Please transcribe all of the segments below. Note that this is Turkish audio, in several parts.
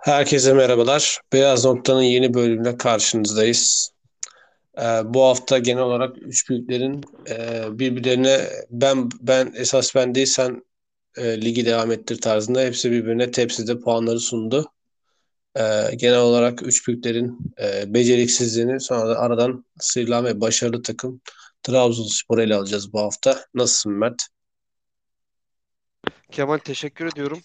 Herkese merhabalar. Beyaz Nokta'nın yeni bölümüne karşınızdayız. Bu hafta genel olarak üç büyüklerin birbirlerine ben değil sen ligi devam ettir tarzında hepsi birbirine tepside puanları sundu. Genel olarak üç büyüklerin beceriksizliğini sonra da aradan sıyrılan ve başarılı takım Trabzonspor'u ele alacağız bu hafta. Nasılsın Mert? Kemal teşekkür ediyorum.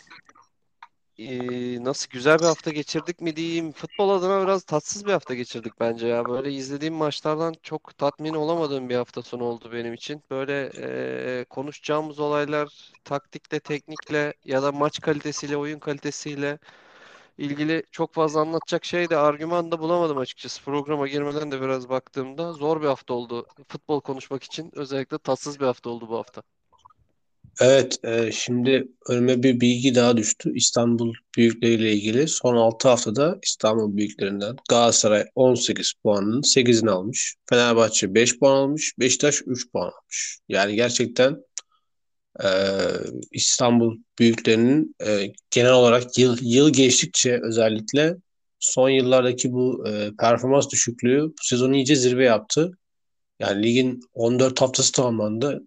Nasıl güzel bir hafta geçirdik mi diyeyim. Futbol adına biraz tatsız bir hafta geçirdik bence ya. Böyle izlediğim maçlardan çok tatmin olamadığım bir hafta sonu oldu benim için. Böyle konuşacağımız olaylar taktikle, teknikle ya da maç kalitesiyle, oyun kalitesiyle ilgili çok fazla anlatacak şey de argüman da bulamadım açıkçası. Programa girmeden de biraz baktığımda zor bir hafta oldu. Futbol konuşmak için özellikle tatsız bir hafta oldu bu hafta. Evet, şimdi önüme bir bilgi daha düştü. İstanbul büyükleriyle ilgili. Son 6 haftada İstanbul büyüklerinden Galatasaray 18 puanının 8'ini almış. Fenerbahçe 5 puan almış. Beşiktaş 3 puan almış. Yani gerçekten e, İstanbul büyüklerinin genel olarak yıl geçtikçe özellikle son yıllardaki bu performans düşüklüğü bu sezonu iyice zirve yaptı. Yani ligin 14 haftası tamamlandı.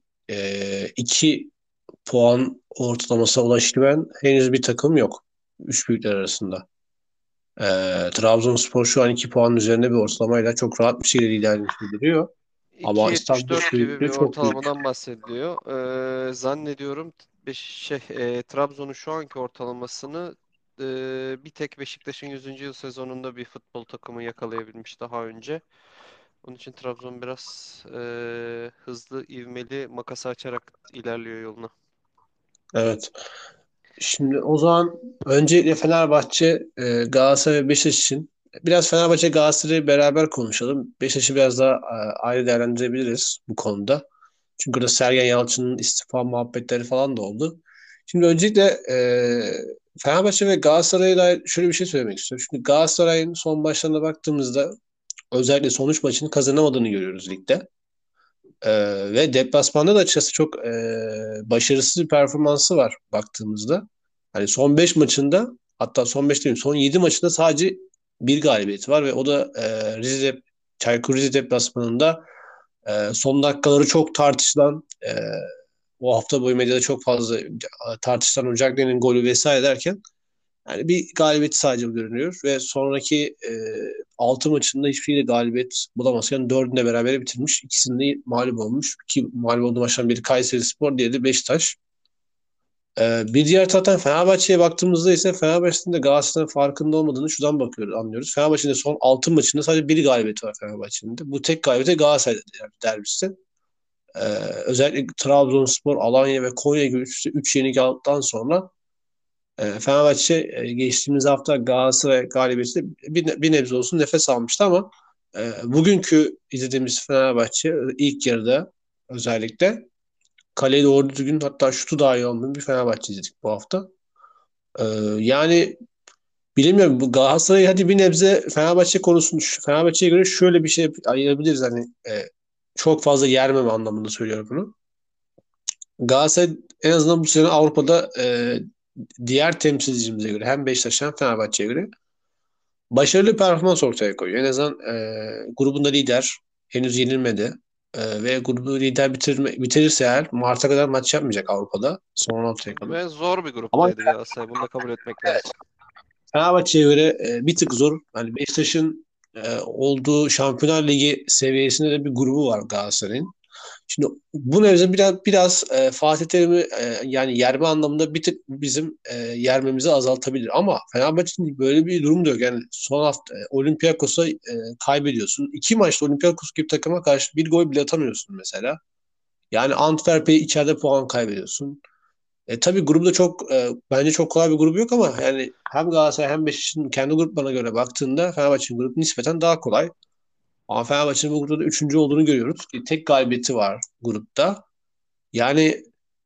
2 puan ortalamasına ulaşabilen henüz bir takım yok. Üç büyükler arasında. Trabzonspor şu an 2 puanın üzerinde bir ortalamayla çok rahat bir şekilde liderliğini sürdürüyor. Ama İstanbul %74 gibi bir büyüklüğü çok büyük. ortalamadan bahsediliyor. Zannediyorum Trabzon'un şu anki ortalamasını bir tek Beşiktaş'ın 100. yıl sezonunda bir futbol takımı yakalayabilmiş daha önce. Onun için Trabzon biraz hızlı, ivmeli, makası açarak ilerliyor yoluna. Evet. Şimdi o zaman öncelikle Fenerbahçe, Galatasaray ve Beşiktaş için biraz Fenerbahçe Galatasaray'ı beraber konuşalım. Beşiktaş'ı biraz daha ayrı değerlendirebiliriz bu konuda. Çünkü burada Sergen Yalçın'ın istifa muhabbetleri falan da oldu. Şimdi öncelikle Fenerbahçe ve Galatasaray'a dair şöyle bir şey söylemek istiyorum. Şimdi Galatasaray'ın son maçlarına baktığımızda özellikle sonuç maçını kazanamadığını görüyoruz ligde. Ve deplasmanda da açıkçası çok başarısız bir performansı var baktığımızda. Hani son 5 maçında, hatta son 5 değil son 7 maçında sadece bir galibiyeti var ve o da Çaykur Rize deplasmanında son dakikaları çok tartışılan, o hafta boyu medyada çok fazla tartışılan Ocaklı'nın golü vesaire derken yani bir galibiyeti sadece görünüyor ve sonraki 6 maçında hiçbir şekilde galibiyet bulamazken 4'ünde beraber bitirmiş. İkisinde mağlup olmuş. Ki mağlup olduğu maçtan biri Kayserispor, diğeri de Beşiktaş. Bir diğer taraftan Fenerbahçe'ye baktığımızda ise Fenerbahçe'nin de Galatasaray'ın farkında olmadığını şuradan bakıyoruz, anlıyoruz. Fenerbahçe'nin son 6 maçında sadece bir galibiyeti var Fenerbahçe'nin de. Bu tek galibiyeti Galatasaray derbisi. Ee, Özellikle Trabzonspor, Alanya ve Konya gibi 3 yenilgi aldıktan sonra Fenerbahçe geçtiğimiz hafta Galatasaray galibiyetiyle bir nebze olsun nefes almıştı ama bugünkü izlediğimiz Fenerbahçe ilk yarıda özellikle kaleye doğru düzgün, hatta şutu dahi olmayan bir Fenerbahçe izledik bu hafta. E, Yani bilemiyorum, bu Galatasaray hadi bir nebze Fenerbahçe konusunu Fenerbahçe'ye göre şöyle bir şey ayırabiliriz, hani çok fazla yermeme anlamında söylüyorum bunu. Galatasaray en azından bu sene Avrupa'da diğer temsilcimize göre hem Beşiktaş hem Fenerbahçe'ye göre başarılı bir performans ortaya koyuyor. En azından grubunda lider, henüz yenilmedi. Ve grubu lider bitirirse eğer Mart'a kadar maç yapmayacak Avrupa'da. Son 16'ya kalır. Ve zor bir Ama gruptaydı Galatasaray. Bunu da kabul etmek lazım. Fenerbahçe'ye göre bir tık zor. Hani Beşiktaş'ın olduğu Şampiyonlar Ligi seviyesinde de bir grubu var Galatasaray'ın. Şimdi bu nevze biraz Fatih Terim'i yani yerme anlamında bir tık bizim yermemizi azaltabilir. Ama Fenerbahçe'nin böyle bir durum da yok. Yani son hafta Olympiakos'a kaybediyorsun. 2 maçta Olympiakos gibi takıma karşı bir gol bile atamıyorsun mesela. Yani Antwerp'e içeride puan kaybediyorsun. Tabii grupta çok bence çok kolay bir grubu yok ama yani hem Galatasaray hem Beşiktaş'ın kendi gruplarına göre baktığında Fenerbahçe'nin grubu nispeten daha kolay. Ama Fenerbahçe'nin bu grupta da üçüncü olduğunu görüyoruz. Tek galibiyeti var grupta. Yani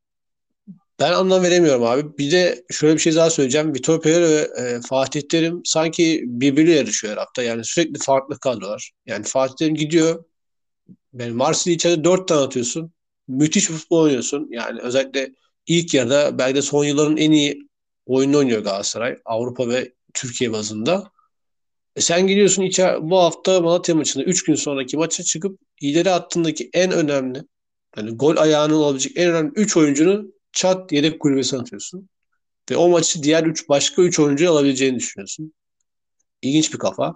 ben anlam veremiyorum abi. Bir de şöyle bir şey daha söyleyeceğim. Vitor Pereira ve Fatih Terim sanki birbiriyle yarışıyor her hafta. Yani sürekli farklı kadrolar. Yani Fatih Terim gidiyor. Yani Marsilya içeride 4 tane atıyorsun. Müthiş bir futbol oynuyorsun. Yani özellikle ilk yarıda belki de son yılların en iyi oyununu oynuyor Galatasaray. Avrupa ve Türkiye bazında. Sen gidiyorsun bu hafta Malatya maçında 3 gün sonraki maça çıkıp ileri hattındaki en önemli, hani gol ayağının olabilecek en önemli 3 oyuncunu çat yedek kulübesine atıyorsun. Ve o maçı diğer başka 3 oyuncuya alabileceğini düşünüyorsun. İlginç bir kafa.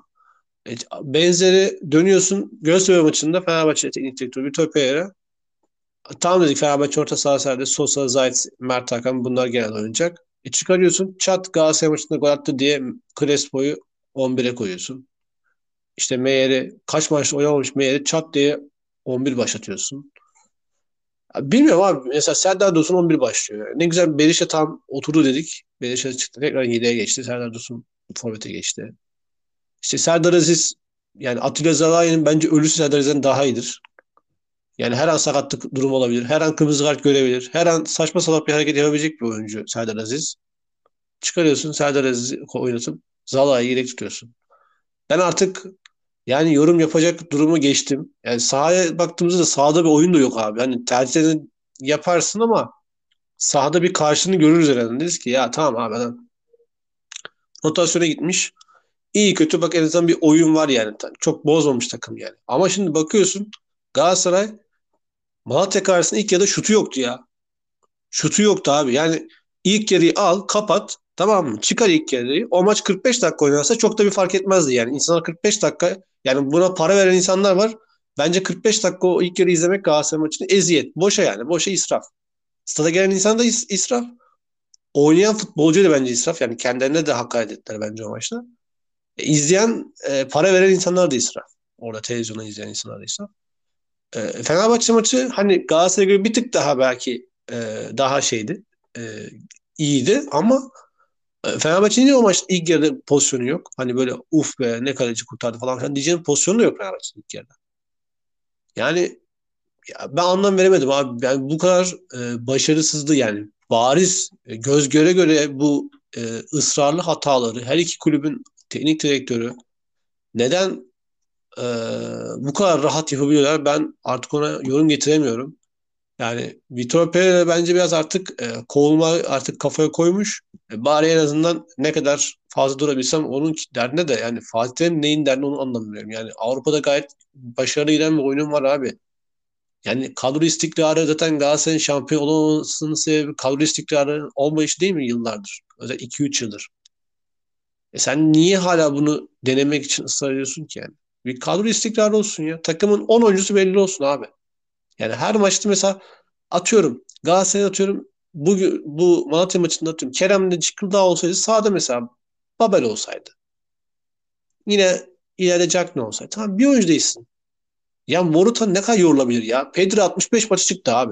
Benzeri dönüyorsun Göztepe maçında Fenerbahçe teknik direktörü Vitor Pereira. Tamam dedik, Fenerbahçe orta saha serde Sosa, Zayt, Mert Hakan bunlar genel oynayacak. Çıkarıyorsun çat Galatasaray maçında gol attı diye Crespo'yu 11'e koyuyorsun. İşte Meyer'i kaç maçta oynamamış Meyer'i çat diye 11 başlatıyorsun. Ya bilmiyorum abi, mesela Serdar Dursun 11 başlıyor. Ne güzel Berisha tam oturdu dedik. Berisha çıktı tekrar 7'ye geçti. Serdar Dursun forvete geçti. İşte Serdar Aziz, yani Atilla Zalai'nin bence ölüsü Serdar Aziz'den daha iyidir. Yani her an sakatlık durumu olabilir. Her an kırmızı kart görebilir. Her an saçma salak bir hareket yapabilecek bir oyuncu Serdar Aziz. Çıkarıyorsun Serdar Aziz'i oynatıp Zalai'yi yedek tutuyorsun. Ben artık yani yorum yapacak durumu geçtim. Yani sahaya baktığımızda da sahada bir oyun da yok abi. Hani tercihlerini yaparsın ama sahada bir karşını görürüz herhalde. Deriz ki ya tamam abi, adam rotasyona gitmiş. İyi kötü bak en azından bir oyun var yani. Çok bozmamış takım yani. Ama şimdi bakıyorsun Galatasaray Malatya karşısında ilk yarıda şutu yoktu ya. Şutu yoktu abi. Yani ilk yarıyı al, kapat. Tamam mı? Çıkar ilk yarıyı. O maç 45 dakika oynansa çok da bir fark etmezdi yani. İnsanlar 45 dakika, yani buna para veren insanlar var. Bence 45 dakika o ilk yarı izlemek Galatasaray maçını eziyet. Boşa yani. Boşa israf. Stada gelen insan da israf. Oynayan futbolcu da bence israf. Yani kendilerine de hakaret ettiler bence o maçta. İzleyen, para veren insanlar da israf. Orada televizyonu izleyen insanlar da israf. Fenerbahçe maçı hani Galatasaray'a göre bir tık daha belki daha şeydi. E, iyiydi ama Fenerbahçe'nin de o maç ilk yarıda pozisyonu yok. Hani böyle uf be ne kaleci kurtardı falan filan diyeceğim pozisyonu da yok Fenerbahçe'nin ilk yarıda. Yani ya ben anlam veremedim abi. Yani bu kadar başarısızdı yani. Bariz göz göre göre bu ısrarlı hataları her iki kulübün teknik direktörü neden e, bu kadar rahat yapabiliyorlar? Ben artık ona yorum getiremiyorum. Yani Vitor Pereira bence biraz artık kovulma artık kafaya koymuş. Bari en azından ne kadar fazla durabilsem onun derdine de, yani Fatih Terim neyin derdine onu anlamıyorum. Yani Avrupa'da gayet başarılı giden bir oyunum var abi. Yani kadro istikrarı zaten Galatasaray'ın şampiyon olmasının sebebi kadro istikrarı olmayışı değil mi yıllardır? Özellikle 2-3 yıldır. Sen niye hala bunu denemek için ısrar ediyorsun ki yani? Bir kadro istikrarı olsun ya. Takımın 10 oyuncusu belli olsun abi. Yani her maçta mesela atıyorum Galatasaray'a atıyorum bu Malatya maçında atıyorum Kerem'le Çıkıldağ olsaydı sağda mesela Babel olsaydı. Yine ileride Jack ne olsaydı. Tamam bir oyuncu değilsin. Ya Morutan ne kadar yorulabilir ya? Pedri 65 maçı çıktı abi.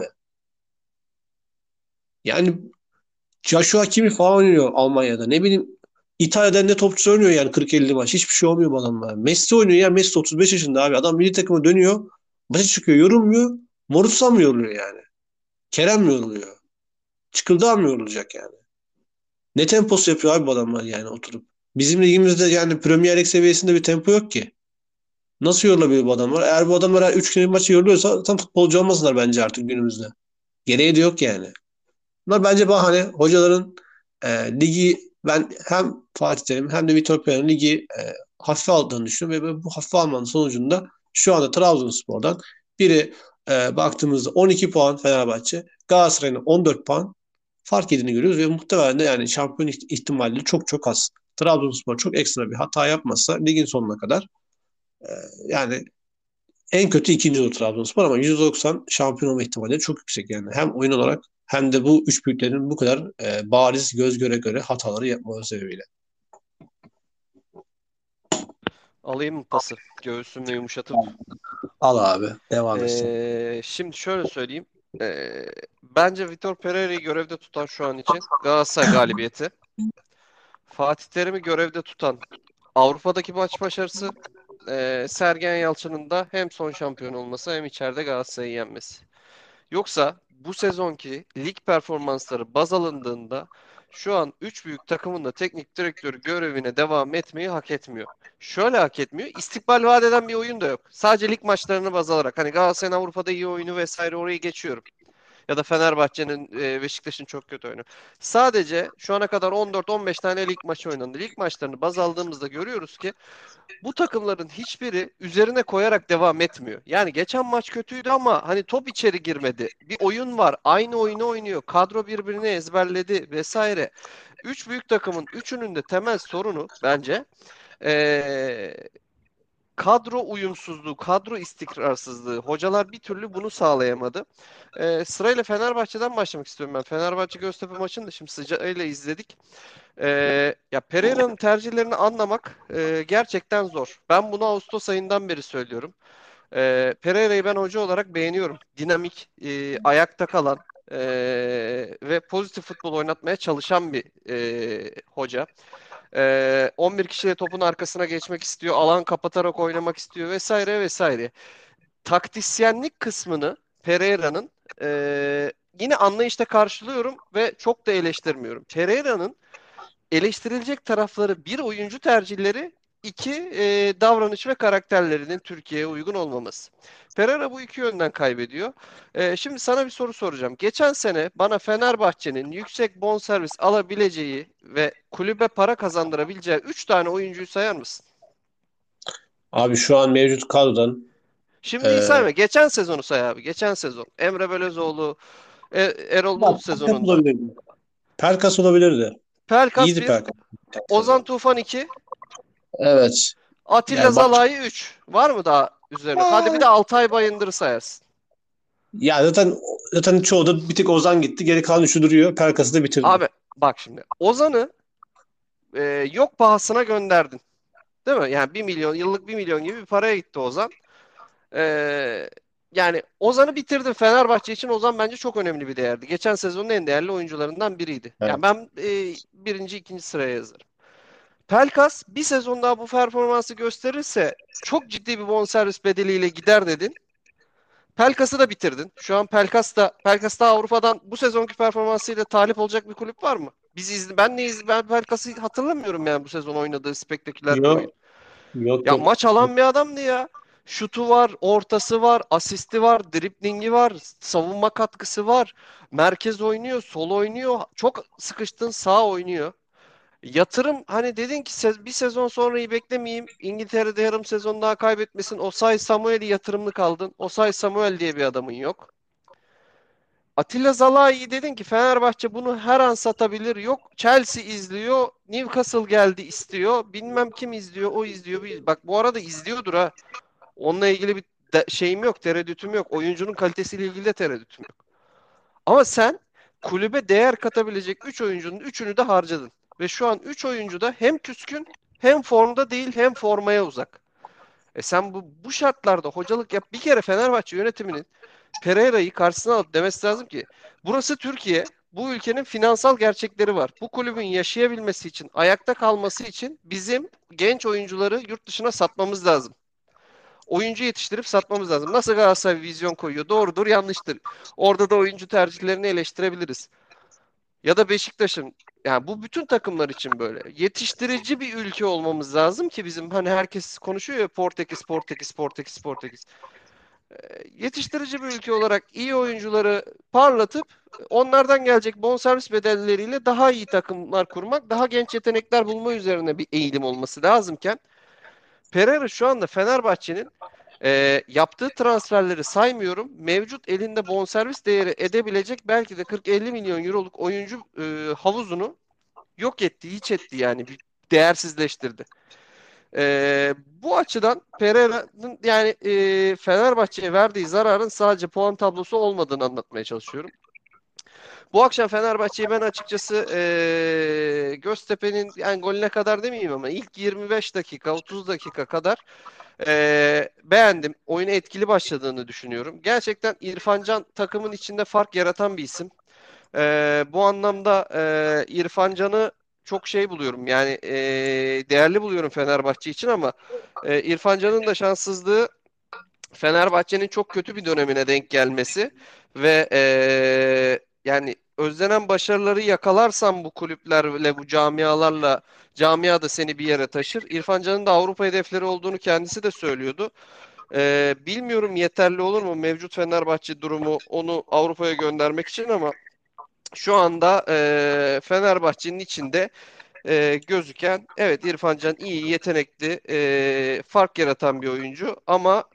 Yani Joshua Kimi falan oynuyor Almanya'da. Ne bileyim İtalya'da ne topçu oynuyor yani 40-50 maç. Hiçbir şey olmuyor bu adamlar. Messi oynuyor ya. Messi 35 yaşında abi. Adam milli takıma dönüyor. Maça çıkıyor yorulmuyor. Morutan mı yoruluyor yani? Kerem mi yoruluyor? Çıkıldağ mı yorulacak yani? Ne temposu yapıyor abi bu adamlar yani oturup. Bizim ligimizde yani Premier Lig seviyesinde bir tempo yok ki. Nasıl yorulabiliyor bu adamlar? Eğer bu adamlar her 3 gün maçı yoruluyorsa tam futbolcu olmasınlar bence artık günümüzde. Gereği de yok yani. Bunlar bence bahane. Hocaların ligi, ben hem Fatih Terim hem de Vitor Pereira'nın ligi hafife aldığını düşünüyorum ve bu hafife almanın sonucunda şu anda Trabzonspor'dan biri baktığımızda 12 puan Fenerbahçe, Galatasaray'ın 14 puan fark edini görüyoruz ve muhtemelen de yani şampiyon ihtimalleri çok çok az. Trabzonspor çok ekstra bir hata yapmazsa ligin sonuna kadar e, yani en kötü ikinci olur Trabzonspor ama %90 şampiyon olma ihtimalleri çok yüksek yani. Hem oyun olarak hem de bu üç büyüklerin bu kadar bariz göz göre göre hataları yapmaları sebebiyle. Alayım mı pası? Göğsümle yumuşatıp. Al abi. Devam etsin. Şimdi şöyle söyleyeyim. Bence Vitor Pereira'yı görevde tutan şu an için Galatasaray galibiyeti. Fatih Terim'i görevde tutan Avrupa'daki maç başarısı. Sergen Yalçın'ın da hem son şampiyon olması hem içeride Galatasaray'ı yenmesi. Yoksa bu sezonki lig performansları baz alındığında şu an 3 büyük takımın da teknik direktörü görevine devam etmeyi hak etmiyor. Şöyle hak etmiyor. İstikbal vaat eden bir oyun da yok. Sadece lig maçlarını baz alarak. Hani Galatasaray'ın Avrupa'da iyi oyunu vesaire orayı geçiyorum. Ya da Fenerbahçe'nin, Beşiktaş'ın çok kötü oyunu. Sadece şu ana kadar 14-15 tane lig maçı oynandı. Lig maçlarını baz aldığımızda görüyoruz ki bu takımların hiçbiri üzerine koyarak devam etmiyor. Yani geçen maç kötüydü ama hani top içeri girmedi. Bir oyun var. Aynı oyunu oynuyor. Kadro birbirini ezberledi vesaire. Üç büyük takımın üçünün de temel sorunu bence ee, kadro uyumsuzluğu, kadro istikrarsızlığı. Hocalar bir türlü bunu sağlayamadı. Sırayla Fenerbahçe'den başlamak istiyorum ben. Fenerbahçe Göztepe maçını da şimdi sıcağıyla izledik. Ya Pereira'nın tercihlerini anlamak gerçekten zor. Ben bunu Ağustos ayından beri söylüyorum. Pereira'yı ben hoca olarak beğeniyorum. Dinamik, ayakta kalan ve pozitif futbol oynatmaya çalışan bir hoca. 11 kişiyle topun arkasına geçmek istiyor, alan kapatarak oynamak istiyor vesaire vesaire. Taktisyenlik kısmını Pereira'nın yine anlayışla karşılıyorum ve çok da eleştirmiyorum. Pereira'nın eleştirilecek tarafları bir oyuncu tercihleri, iki davranış ve karakterlerinin Türkiye'ye uygun olmaması. Pereira bu iki yönden kaybediyor. Şimdi sana bir soru soracağım. Geçen sene bana Fenerbahçe'nin yüksek bonservis alabileceği ve kulübe para kazandırabileceği 3 tane oyuncuyu sayar mısın? Abi şu an mevcut kadrodan Şimdi e, sayma. Geçen sezonu say abi. Geçen sezon. Emre Belözoğlu, Erol Bulut Pelkas sezonunda. olabilirdi. Pelkas olabilirdi. Pelkas İyiydi 1, Pelkas. Ozan Tufan 2, Evet. Atilla Yani baş... Zalai 3. Var mı daha üzerine? Hadi bir de Altay Bayındır'ı sayarsın. Ya zaten çoğu da bir tek Ozan gitti. Geri kalan üçü duruyor. Pelkas'ı da bitirdi. Abi bak şimdi. Ozan'ı yok pahasına gönderdin. Değil mi? Yani 1 milyon, yıllık 1 milyon gibi bir paraya gitti Ozan. E, Yani Ozan'ı bitirdin. Fenerbahçe için Ozan bence çok önemli bir değerdi. Geçen sezonun en değerli oyuncularından biriydi. Yani Evet. ben birinci, ikinci sıraya yazarım. Pelkas bir sezon daha bu performansı gösterirse çok ciddi bir bonservis bedeliyle gider dedin. Pelkas'ı da bitirdin. Şu an Pelkas da Avrupa'dan bu sezonki performansıyla talip olacak bir kulüp var mı? Ben Pelkas'ı hatırlamıyorum yani bu sezon oynadığı spektaküler bir oyun. Yok. Yok Ya yok. maç alan bir adamdı ya. Şutu var, ortası var, asisti var, driblingi var, savunma katkısı var. Merkez oynuyor, sol oynuyor. Çok sıkıştın sağ oynuyor. Yatırım hani dedin ki bir sezon sonrayı beklemeyeyim. İngiltere'de yarım sezon daha kaybetmesin. Osay Samuel'i yatırımlı kaldın. Osay Samuel diye bir adamın yok. Atilla Zalai'yi dedin ki Fenerbahçe bunu her an satabilir. Yok Chelsea izliyor. Newcastle geldi istiyor. Bilmem kim izliyor. O izliyor. Bak bu arada izliyordur ha. Onunla ilgili bir şeyim yok. Tereddütüm yok. Oyuncunun kalitesiyle ilgili de tereddütüm yok. Ama sen kulübe değer katabilecek 3 oyuncunun üçünü de harcadın. Ve şu an 3 oyuncu da hem küskün hem formda değil hem formaya uzak. Sen bu şartlarda hocalık yap. Bir kere Fenerbahçe yönetiminin Pereira'yı karşısına alıp demesi lazım ki burası Türkiye. Bu ülkenin finansal gerçekleri var. Bu kulübün yaşayabilmesi için, ayakta kalması için bizim genç oyuncuları yurt dışına satmamız lazım. Oyuncu yetiştirip satmamız lazım. Nasıl Galatasaray vizyon koyuyor? Doğrudur, yanlıştır. Orada da oyuncu tercihlerini eleştirebiliriz. Ya da Beşiktaş'ın, yani bu bütün takımlar için böyle. Yetiştirici bir ülke olmamız lazım ki bizim hani herkes konuşuyor ya Portekiz, Portekiz, Portekiz, Portekiz. Yetiştirici bir ülke olarak iyi oyuncuları parlatıp onlardan gelecek bonservis bedelleriyle daha iyi takımlar kurmak, daha genç yetenekler bulma üzerine bir eğilim olması lazımken Pereira şu anda Fenerbahçe'nin yaptığı transferleri saymıyorum. Mevcut elinde bonservis değeri edebilecek belki de 40-50 milyon euroluk oyuncu havuzunu yok etti, hiç etti yani bir değersizleştirdi. Bu açıdan Pereira'nın yani Fenerbahçe'ye verdiği zararın sadece puan tablosu olmadığını anlatmaya çalışıyorum. Bu akşam Fenerbahçe'yi ben açıkçası Göztepe'nin yani golüne kadar demeyeyim ama ilk 25 dakika 30 dakika kadar beğendim. Oyuna etkili başladığını düşünüyorum. Gerçekten İrfan Can takımın içinde fark yaratan bir isim. Bu anlamda İrfan Can'ı çok şey buluyorum. Yani değerli buluyorum Fenerbahçe için ama İrfan Can'ın da şanssızlığı Fenerbahçe'nin çok kötü bir dönemine denk gelmesi ve yani özlenen başarıları yakalarsan bu kulüplerle, bu camia da seni bir yere taşır. İrfan Can'ın da Avrupa hedefleri olduğunu kendisi de söylüyordu. Bilmiyorum yeterli olur mu mevcut Fenerbahçe durumu onu Avrupa'ya göndermek için ama şu anda Fenerbahçe'nin içinde gözüken evet İrfan Can iyi, yetenekli, fark yaratan bir oyuncu ama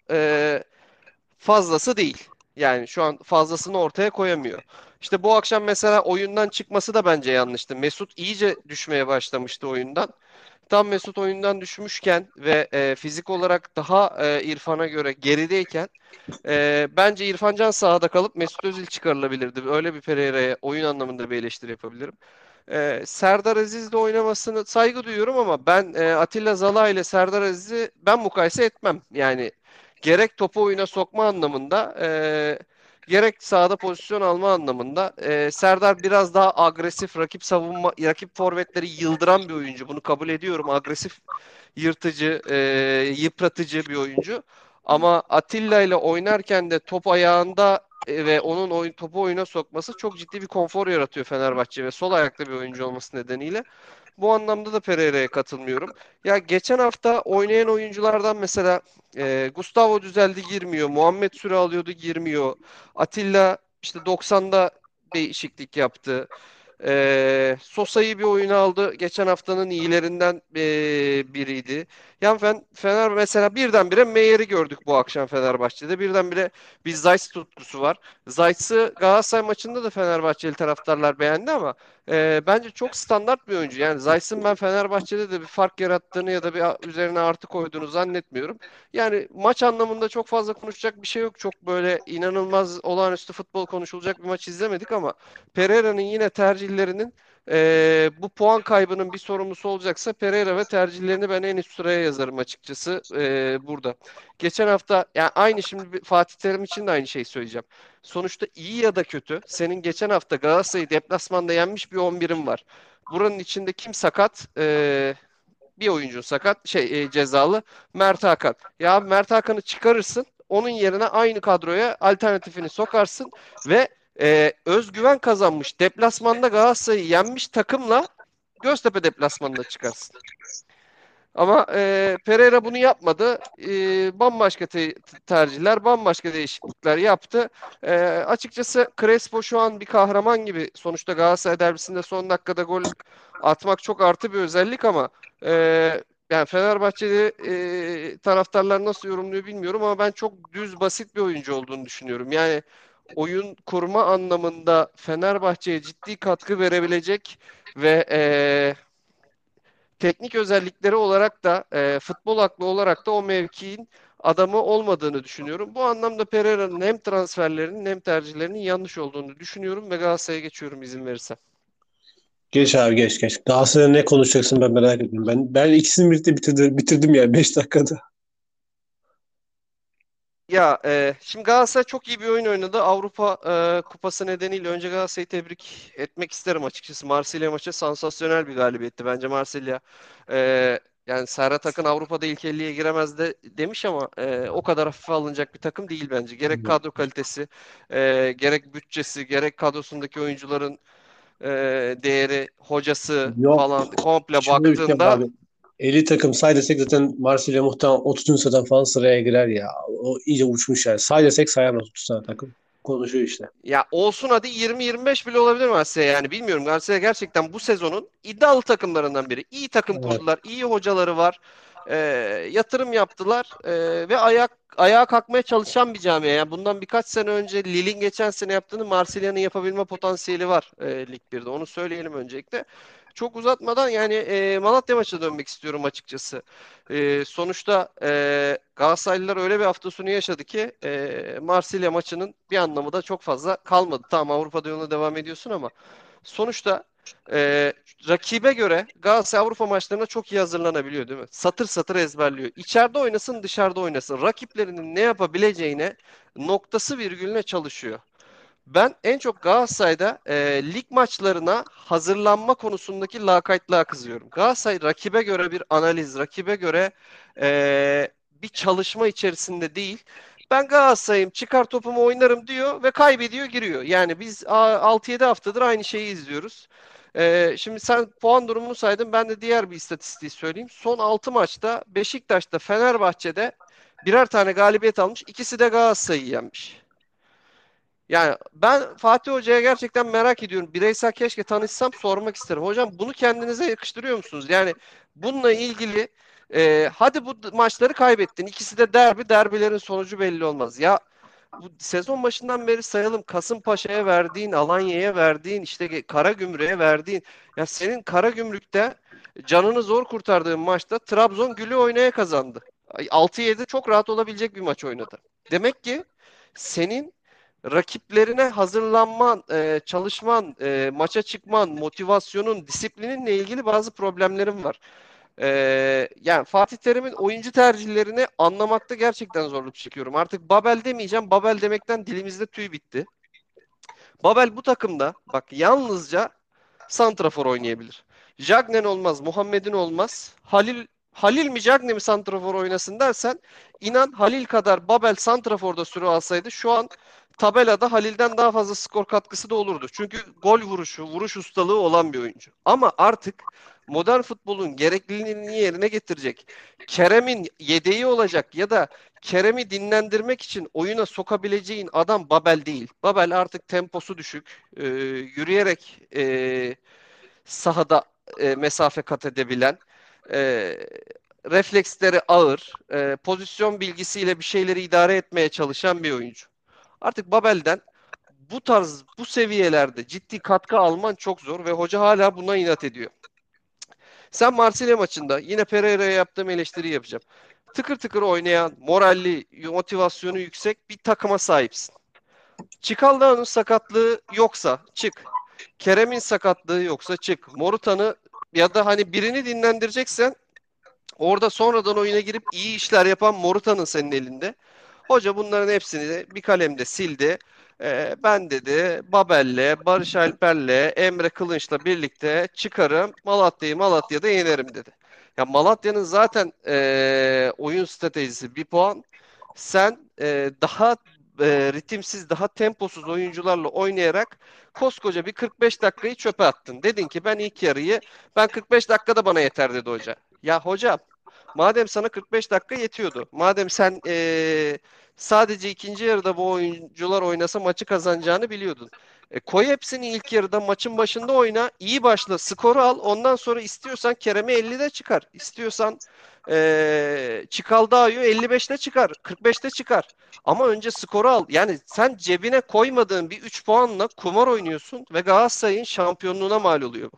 fazlası değil. Yani şu an fazlasını ortaya koyamıyor. İşte bu akşam mesela oyundan çıkması da bence yanlıştı. Mesut iyice düşmeye başlamıştı oyundan. Tam Mesut oyundan düşmüşken ve fizik olarak daha İrfan'a göre gerideyken bence İrfan Can sahada kalıp Mesut Özil çıkarılabilirdi. Öyle bir Pereira'ya oyun anlamında bir eleştiri yapabilirim. Serdar Aziz'le oynamasını saygı duyuyorum ama ben Atilla Zala ile Serdar Aziz'i ben mukayese etmem. Yani gerek topu oyuna sokma anlamında gerek sahada pozisyon alma anlamında Serdar biraz daha agresif rakip savunma rakip forvetleri yıldıran bir oyuncu. Bunu kabul ediyorum. Agresif, yırtıcı, yıpratıcı bir oyuncu. Ama Atilla ile oynarken de top ayağında ve onun topu oyuna sokması çok ciddi bir konfor yaratıyor Fenerbahçe ve sol ayaklı bir oyuncu olması nedeniyle. Bu anlamda da Pereira'ya katılmıyorum. Ya geçen hafta oynayan oyunculardan mesela Gustavo düzeldi girmiyor. Muhammed süre alıyordu girmiyor. Atilla işte 90'da değişiklik yaptı. Sosa'yı bir oyuna aldı. Geçen haftanın iyilerinden biriydi. Yani Fener mesela birdenbire Meyer'i gördük bu akşam Fenerbahçe'de. Birdenbire bir Zayt tutkusu var. Zayt'sı Galatasaray maçında da Fenerbahçeli taraftarlar beğendi ama bence çok standart bir oyuncu. Yani Zayt'sın ben Fenerbahçe'de de bir fark yarattığını ya da bir üzerine artı koyduğunu zannetmiyorum. Yani maç anlamında çok fazla konuşacak bir şey yok. Çok böyle inanılmaz olağanüstü futbol konuşulacak bir maç izlemedik ama Pereira'nın yine tercihlerinin bu puan kaybının bir sorumlusu olacaksa Pereira ve tercihlerini ben en üst sıraya yazarım açıkçası burada. Geçen hafta yani aynı şimdi Fatih Terim için de aynı şeyi söyleyeceğim. Sonuçta iyi ya da kötü senin geçen hafta Galatasaray'ı deplasmanda yenmiş bir 11'in var. Buranın içinde kim sakat? Bir oyuncu sakat cezalı Mert Hakan. Ya Mert Hakan'ı çıkarırsın. Onun yerine aynı kadroya alternatifini sokarsın ve özgüven kazanmış deplasmanda Galatasaray'ı yenmiş takımla Göztepe deplasmanına çıkarsın. Ama Pereira bunu yapmadı. Bambaşka tercihler, bambaşka değişiklikler yaptı. Açıkçası Crespo şu an bir kahraman gibi. Sonuçta Galatasaray derbisinde son dakikada gol atmak çok artı bir özellik ama e, yani Fenerbahçeli taraftarlar nasıl yorumluyor bilmiyorum ama ben çok düz basit bir oyuncu olduğunu düşünüyorum. Yani oyun kurma anlamında Fenerbahçe'ye ciddi katkı verebilecek ve teknik özellikleri olarak da futbol aklı olarak da o mevkiin adamı olmadığını düşünüyorum. Bu anlamda Pereira'nın hem transferlerinin hem tercihlerinin yanlış olduğunu düşünüyorum ve Galatasaray'a geçiyorum izin verirsen. Geç abi geç geç. Galatasaray'da ne konuşacaksın ben merak ediyorum. Ben ikisini birlikte bitirdim yani 5 dakikada. Ya şimdi Galatasaray çok iyi bir oyun oynadı. Avrupa Kupası nedeniyle önce Galatasaray'ı tebrik etmek isterim açıkçası. Marsilya maçı sansasyonel bir galibiyetti. Bence Marsilya yani Serhat Akın Avrupa'da ilk 50'ye giremez de demiş ama o kadar hafife alınacak bir takım değil bence. Gerek kadro kalitesi, gerek bütçesi, gerek kadrosundaki oyuncuların değeri, hocası Yok. falan komple Şöyle bir şey var baktığında abi. 50 takım say desek zaten Marsilya muhtemelen 30. sıradan falan sıraya girer ya. O iyice uçmuş yani. Say desek sayamaz 30 tane takım. Konuşuyor işte. ya olsun hadi 20-25 bile olabilir Galatasaray yani bilmiyorum. Galatasaray gerçekten bu sezonun iddialı takımlarından biri. İyi takım Evet. kurdular, iyi hocaları var. Ee, Yatırım yaptılar ve ayağa kalkmaya çalışan bir camia. Yani bundan birkaç sene önce Lille'in geçen sene yaptığını Marsilya'nın yapabilme potansiyeli var Lig 1'de. Onu söyleyelim öncelikle. Çok uzatmadan yani Malatya maçına dönmek istiyorum açıkçası. Sonuçta Galatasaraylılar öyle bir hafta sonu yaşadı ki Marsilya maçının bir anlamı da çok fazla kalmadı. Tamam Avrupa'da yoluna devam ediyorsun ama sonuçta e, rakibe göre Galatasaray Avrupa maçlarına çok iyi hazırlanabiliyor değil mi? Satır satır ezberliyor. İçeride oynasın dışarıda oynasın. Rakiplerinin ne yapabileceğine noktası virgülüne çalışıyor. Ben en çok Galatasaray'da lig maçlarına hazırlanma konusundaki lakaytlığa kızıyorum. Galatasaray rakibe göre bir analiz, rakibe göre bir çalışma içerisinde değil. Ben Galatasaray'ım çıkar topumu oynarım diyor ve kaybediyor giriyor. Yani biz 6-7 haftadır aynı şeyi izliyoruz. Şimdi sen puan durumunu saydın ben de diğer bir istatistiği söyleyeyim. Son 6 maçta Beşiktaş'ta Fenerbahçe'de Birer tane galibiyet almış. İkisi de Galatasaray'ı yenmiş. Yani ben Fatih Hoca'ya gerçekten merak ediyorum. Bireysel keşke tanışsam, sormak isterim. Hocam bunu kendinize yakıştırıyor musunuz? Yani bununla ilgili hadi bu maçları kaybettin. İkisi de derbi. Derbilerin sonucu belli olmaz. Ya bu sezon başından beri sayalım. Kasımpaşa'ya verdiğin, Alanya'ya verdiğin, işte Karagümrük'e verdiğin. Ya senin Karagümrük'te canını zor kurtardığın maçta Trabzon gülü oynaya kazandı. 6-7 çok rahat olabilecek bir maç oynadı. Demek ki senin rakiplerine hazırlanman, çalışman, maça çıkman, motivasyonun, disiplininle ilgili bazı problemlerim var. Yani Fatih Terim'in oyuncu tercihlerini anlamakta gerçekten zorluk çekiyorum. Artık Babel demeyeceğim. Babel demekten dilimizde tüy bitti. Babel bu takımda bak yalnızca santrafor oynayabilir. Jagnen olmaz, Muhammed'in olmaz. Halil mi Jagnen mi santrafor oynasın dersen inan Halil kadar Babel santraforda süre alsaydı şu an tabelada Halil'den daha fazla skor katkısı da olurdu. Çünkü gol vuruşu, vuruş ustalığı olan bir oyuncu. Ama artık modern futbolun gerekliliğini yerine getirecek. Kerem'in yedeği olacak ya da Kerem'i dinlendirmek için oyuna sokabileceğin adam Babel değil. Babel artık temposu düşük, yürüyerek sahada mesafe kat edebilen, e, refleksleri ağır, pozisyon bilgisiyle bir şeyleri idare etmeye çalışan bir oyuncu. Artık Babel'den bu tarz, bu seviyelerde ciddi katkı alman çok zor ve hoca hala buna inat ediyor. Sen Marsilya maçında yine Pereira'ya yaptığım eleştiri yapacağım. Tıkır tıkır oynayan, moralli, motivasyonu yüksek bir takıma sahipsin. Çikaldağ'ın sakatlığı yoksa çık. Kerem'in sakatlığı yoksa çık. Morutan'ı ya da hani birini dinlendireceksen orada sonradan oyuna girip iyi işler yapan Morutan'ın senin elinde. Hoca bunların hepsini de bir kalemde sildi. Ben dedi Babel'le, Barış Alper'le, Emre Kılınç'la birlikte çıkarım. Malatya'yı Malatya'da yenerim dedi. Ya Malatya'nın zaten oyun stratejisi bir puan. Sen daha ritimsiz, daha temposuz oyuncularla oynayarak koskoca bir 45 dakikayı çöpe attın. Dedin ki ben ilk yarıyı ben 45 dakikada bana yeter dedi hoca. Ya hocam madem sana 45 dakika yetiyordu. Madem sen sadece ikinci yarıda bu oyuncular oynasa maçı kazanacağını biliyordun. Koy hepsini ilk yarıda maçın başında oyna. İyi başla. Skoru al. Ondan sonra istiyorsan Kerem'i 50'de çıkar. İstiyorsan Çikaldağ'ı 55'te çıkar. 45'te çıkar. Ama önce skoru al. Yani sen cebine koymadığın bir 3 puanla kumar oynuyorsun ve Galatasaray'ın şampiyonluğuna mal oluyor bu.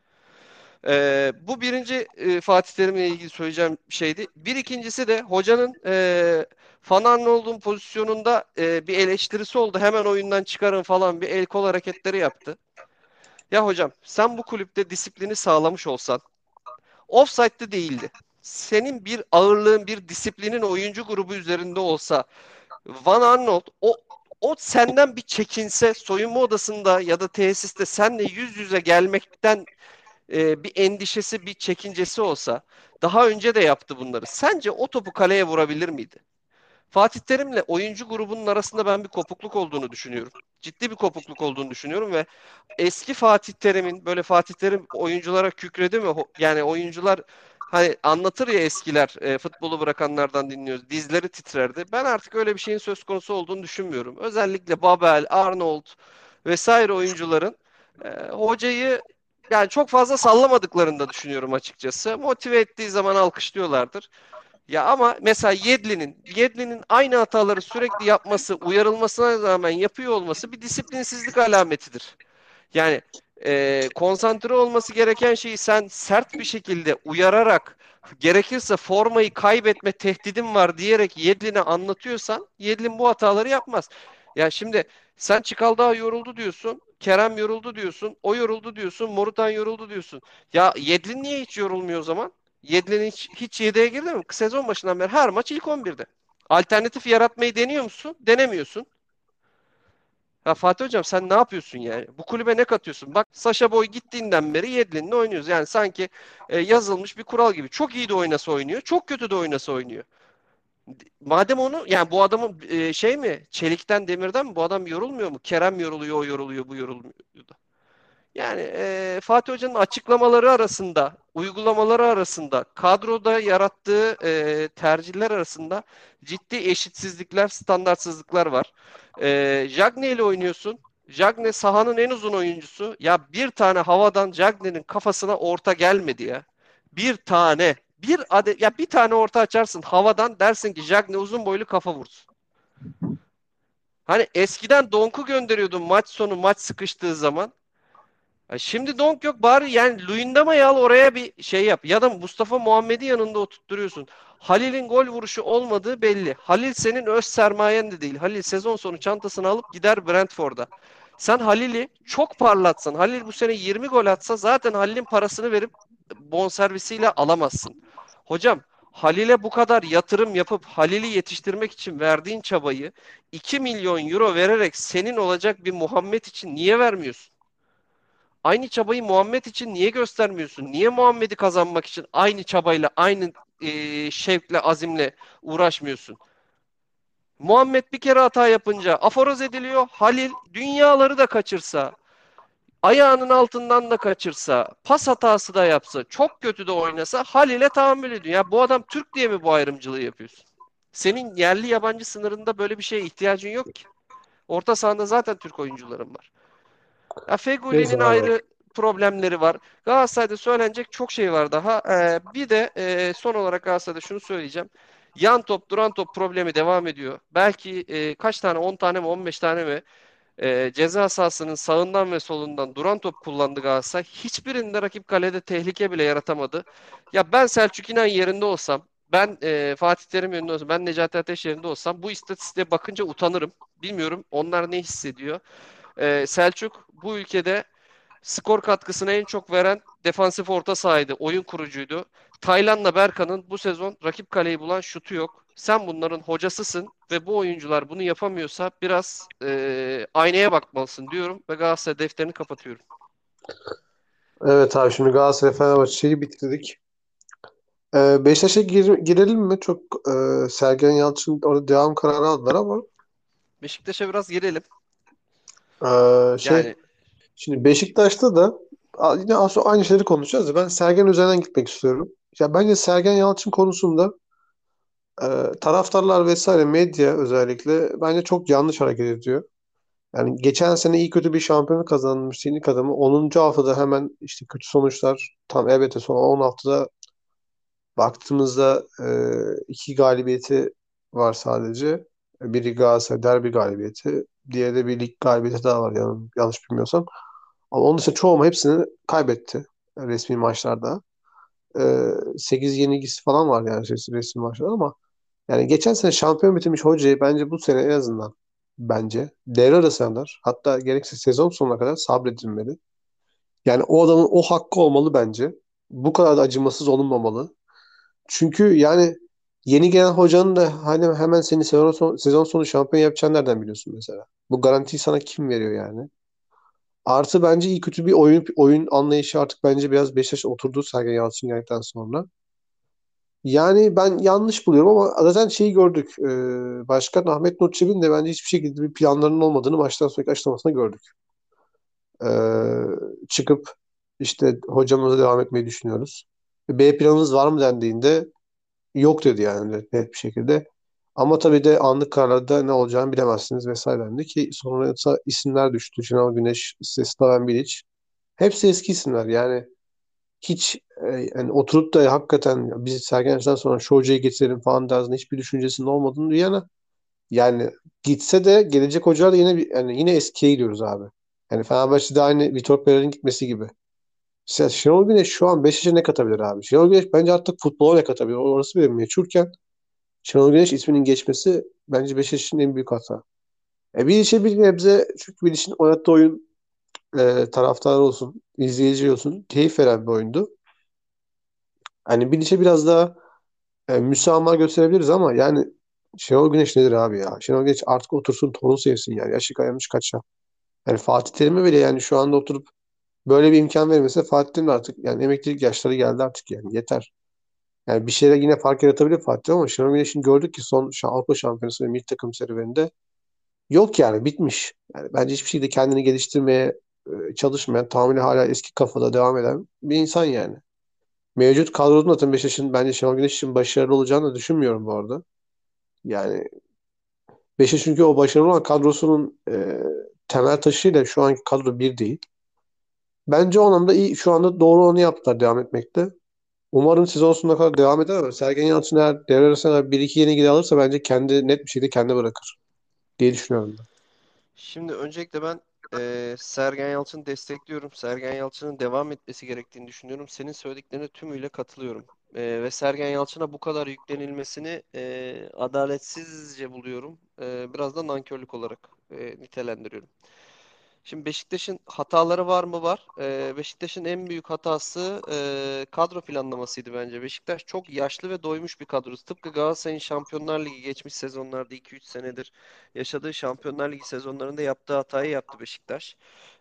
Bu birinci Fatih Terim'le ilgili söyleyeceğim şeydi. Bir ikincisi de hocanın Van Arnold'un pozisyonunda bir eleştirisi oldu. Hemen oyundan çıkarın falan bir el kol hareketleri yaptı. Ya hocam sen bu kulüpte disiplini sağlamış olsan offside'de değildi. Senin bir ağırlığın, bir disiplinin oyuncu grubu üzerinde olsa Van Arnold o senden bir çekinse soyunma odasında ya da tesiste senle yüz yüze gelmekten bir endişesi, bir çekincesi olsa daha önce de yaptı bunları. Sence o topu kaleye vurabilir miydi? Fatih Terim'le oyuncu grubunun arasında ben bir kopukluk olduğunu düşünüyorum. Ciddi bir kopukluk olduğunu düşünüyorum ve eski Fatih Terim'in böyle Fatih Terim oyunculara kükredi mi? Yani oyuncular hani anlatır ya eskiler futbolu bırakanlardan dinliyoruz. Dizleri titrerdi. Ben artık öyle bir şeyin söz konusu olduğunu düşünmüyorum. Özellikle Babel, Arnold vesaire oyuncuların hocayı yani çok fazla sallamadıklarını da düşünüyorum açıkçası. Motive ettiği zaman alkışlıyorlardır. Ya ama mesela Yedlin'in aynı hataları sürekli yapması, uyarılmasına rağmen yapıyor olması bir disiplinsizlik alametidir. Yani konsantre olması gereken şeyi sen sert bir şekilde uyararak gerekirse formayı kaybetme tehdidim var diyerek Yedlin'e anlatıyorsan Yedlin bu hataları yapmaz. Ya şimdi sen Çikaldağ yoruldu diyorsun, Kerem yoruldu diyorsun, o yoruldu diyorsun, Morutan yoruldu diyorsun. Ya Yedlin niye hiç yorulmuyor o zaman? Yedlin hiç yedeğe girdi mi? Sezon başından beri her maç ilk 11'de. Alternatif yaratmayı deniyor musun? Denemiyorsun. Ya Fatih Hocam sen ne yapıyorsun yani? Bu kulübe ne katıyorsun? Bak Saşa Boy gittiğinden beri Yedlin'le oynuyoruz. Yani sanki yazılmış bir kural gibi. Çok iyi de oynasa oynuyor, çok kötü de oynasa oynuyor. Madem onu yani bu adamın şey mi? Çelikten demirden mi? Bu adam yorulmuyor mu? Kerem yoruluyor, o yoruluyor, bu yorulmuyor. Yani Fatih Hoca'nın açıklamaları arasında, uygulamaları arasında, kadroda yarattığı tercihler arasında ciddi eşitsizlikler, standartsızlıklar var. Jagne ile oynuyorsun. Jagne sahanın en uzun oyuncusu. Ya bir tane havadan Jagne'nin kafasına orta gelmedi ya. Bir tane. Bir adet ya bir tane orta açarsın havadan dersin ki Jagne uzun boylu kafa vursun. Hani eskiden Donk'u gönderiyordun maç sonu maç sıkıştığı zaman. Ya şimdi Donk yok bari yani Luyendama'yı al oraya bir şey yap. Ya da Mustafa Muhammed'i yanında oturtturuyorsun. Halil'in gol vuruşu olmadığı belli. Halil senin öz sermayen de değil. Halil sezon sonu çantasını alıp gider Brentford'a. Sen Halil'i çok parlatsan, Halil bu sene 20 gol atsa zaten Halil'in parasını verip bonservisiyle alamazsın. Hocam Halil'e bu kadar yatırım yapıp Halil'i yetiştirmek için verdiğin çabayı 2 milyon euro vererek senin olacak bir Muhammed için niye vermiyorsun? Aynı çabayı Muhammed için niye göstermiyorsun? Niye Muhammed'i kazanmak için aynı çabayla, aynı şevkle, azimle uğraşmıyorsun? Muhammed bir kere hata yapınca aforoz ediliyor. Halil dünyaları da kaçırsa, ayağının altından da kaçırsa, pas hatası da yapsa, çok kötü de oynasa Halil'e tahammül ediyor. Ya bu adam Türk diye mi bu ayrımcılığı yapıyorsun? Senin yerli yabancı sınırında böyle bir şeye ihtiyacın yok ki. Orta sahanda zaten Türk oyuncuların var. Ya Neyse Feghoulli'nin abi. ayrı problemleri var. Galatasaray'da söylenecek çok şey var daha. Bir de son olarak Galatasaray'da şunu söyleyeceğim. Yan top, duran top problemi devam ediyor. Belki kaç tane, 10 tane mi, 15 tane mi ceza sahasının sağından ve solundan duran top kullandı Galatasaray. Hiçbirinde rakip kalede tehlike bile yaratamadı. Ya ben Selçuk İnan yerinde olsam, ben Fatih Terim yerinde olsam, ben Necati Ateş yerinde olsam bu istatistiğe bakınca utanırım. Bilmiyorum onlar ne hissediyor. Selçuk bu ülkede skor katkısını en çok veren defansif orta sahaydı. Oyun kurucuydu. Taylan'la Berkan'ın bu sezon rakip kaleyi bulan şutu yok. Sen bunların hocasısın ve bu oyuncular bunu yapamıyorsa biraz aynaya bakmalısın diyorum ve Galatasaray defterini kapatıyorum. Evet abi, şimdi Galatasaray Fenerbahçe'yi bitirdik. Beşiktaş'a girelim mi? Çok Sergen Yalçın orada devam kararı aldılar ama Beşiktaş'a biraz girelim. şey, Yani şimdi Beşiktaş'ta da yine aslında aynı şeyleri konuşacağız da ben Sergen üzerinden gitmek istiyorum. Ya bence Sergen Yalçın konusunda taraftarlar vesaire medya özellikle bence çok yanlış hareket ediyor. Yani geçen sene iyi kötü bir şampiyonluk kazanmış teknik adamı 10. haftada hemen işte kötü sonuçlar, tam elbette son 10 haftada baktığımızda iki galibiyeti var sadece. Biri Galatasaray derbi galibiyeti. Diğeri de bir lig galibiyeti daha var yanlış bilmiyorsam. Ama onun dışında çoğu hepsini kaybetti resmi maçlarda. 8 yenilgisi falan var yani resmi maçlarda ama yani geçen sene şampiyon bitirmiş hocayı bence bu sene en azından bence devre arası kadar, hatta gerekirse sezon sonuna kadar sabredilmeli. Yani o adamın o hakkı olmalı bence. Bu kadar da acımasız olunmamalı. Çünkü yani yeni gelen hocanın da hani hemen seni sezon sonu şampiyon yapacağını nereden biliyorsun mesela? Bu garantiyi sana kim veriyor yani? Artı bence iyi kötü bir oyun anlayışı artık bence biraz Beşiktaş oturdu Sergen Yalçın geldikten sonra. Yani ben yanlış buluyorum ama zaten şeyi gördük. Başkan Ahmet Nur Çebi'nin de bence hiçbir şekilde bir planlarının olmadığını maçtan sonraki açıklamasında gördük. Ee, Çıkıp işte hocamıza devam etmeyi düşünüyoruz. B planınız var mı dendiğinde yok dedi yani net bir şekilde. Ama tabii de anlık kararlarda ne olacağını bilemezsiniz vesaire dendi ki sonra isimler düştü. Şenol Güneş, işte Slaven Bilic. Hepsi eski isimler yani hiç yani oturup da hakikaten ya biz Sergen Yalçın'dan sonra şu hocayı getirelim falan tarzında hiçbir düşüncesinin olmadığını bir yana yani gitse de gelecek hocalar da yine yani yine eskiye gidiyoruz abi. Yani Fenerbahçe'de aynı Vitor Pereira'nın gitmesi gibi. Mesela Şenol Güneş şu an Beşiktaş'a ne katabilir abi? Şenol Güneş bence artık futbola ne katabilir? Orası bile meçhulken Şenol Güneş isminin geçmesi bence Beşiktaş'ın en büyük hata. Bir işe bir nebze çünkü bir işin oynattığı oyun taraftarı olsun, izleyici olsun keyif veren bir oyundu. Hani bir işe biraz daha müsamaha gösterebiliriz ama yani Şenol Güneş nedir abi ya? Şenol Güneş artık otursun torun sevsin yani. Yaşı kayamış kaça. Yani Fatih Terim'e bile yani şu anda oturup böyle bir imkan vermese Fatih Terim de artık yani emeklilik yaşları geldi artık yani yeter. Yani bir şeyler yine fark yaratabilir Fatih ama Şenol Güneş'in gördük ki son Avrupa Şampiyonası ve milli takım serüveninde yok yani bitmiş. Yani bence hiçbir şekilde kendini geliştirmeye çalışmayan, tamamıyla hala eski kafada devam eden bir insan yani. Mevcut kadronun da Beşiktaş'ın bence Şenol Güneş için başarılı olacağını da düşünmüyorum bu arada. Yani Beşiktaş çünkü o başarılı olan kadrosunun temel taşıyla şu anki kadro bir değil. Bence o anlamda iyi. Şu anda doğru onu yaptılar devam etmekte. Umarım sezon sonuna kadar devam eder ama Sergen Yalçın eğer devre arasında bir iki yeni gidi alırsa bence kendi net bir şekilde kendi bırakır diye düşünüyorum ben. Şimdi öncelikle ben Sergen Yalçın'ı destekliyorum. Sergen Yalçın'ın devam etmesi gerektiğini düşünüyorum. Senin söylediklerine tümüyle katılıyorum. Ve Sergen Yalçın'a bu kadar yüklenilmesini adaletsizce buluyorum. Biraz da nankörlük olarak nitelendiriyorum. Şimdi Beşiktaş'ın hataları var mı? Var. Beşiktaş'ın en büyük hatası kadro planlamasıydı bence. Beşiktaş çok yaşlı ve doymuş bir kadrosu. Tıpkı Galatasaray'ın Şampiyonlar Ligi geçmiş sezonlarda 2-3 senedir yaşadığı Şampiyonlar Ligi sezonlarında yaptığı hatayı yaptı Beşiktaş.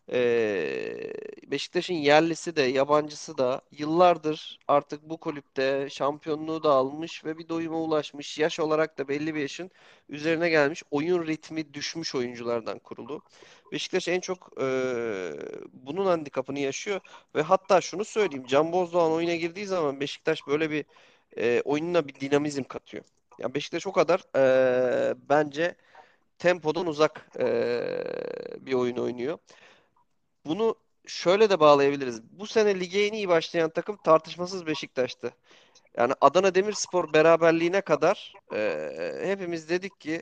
Beşiktaş'ın yerlisi de yabancısı da yıllardır artık bu kulüpte şampiyonluğu da almış ve bir doyuma ulaşmış. Yaş olarak da belli bir yaşın üzerine gelmiş. Oyun ritmi düşmüş oyunculardan kurulu. Beşiktaş en çok bunun handikapını yaşıyor ve hatta şunu söyleyeyim. Can Bozdoğan oyuna girdiği zaman Beşiktaş böyle bir oyununa bir dinamizm katıyor. Ya Beşiktaş o kadar bence tempodan uzak bir oyun oynuyor. Bunu şöyle de bağlayabiliriz. Bu sene lige en iyi başlayan takım tartışmasız Beşiktaş'tı. Yani Adana Demirspor beraberliğine kadar hepimiz dedik ki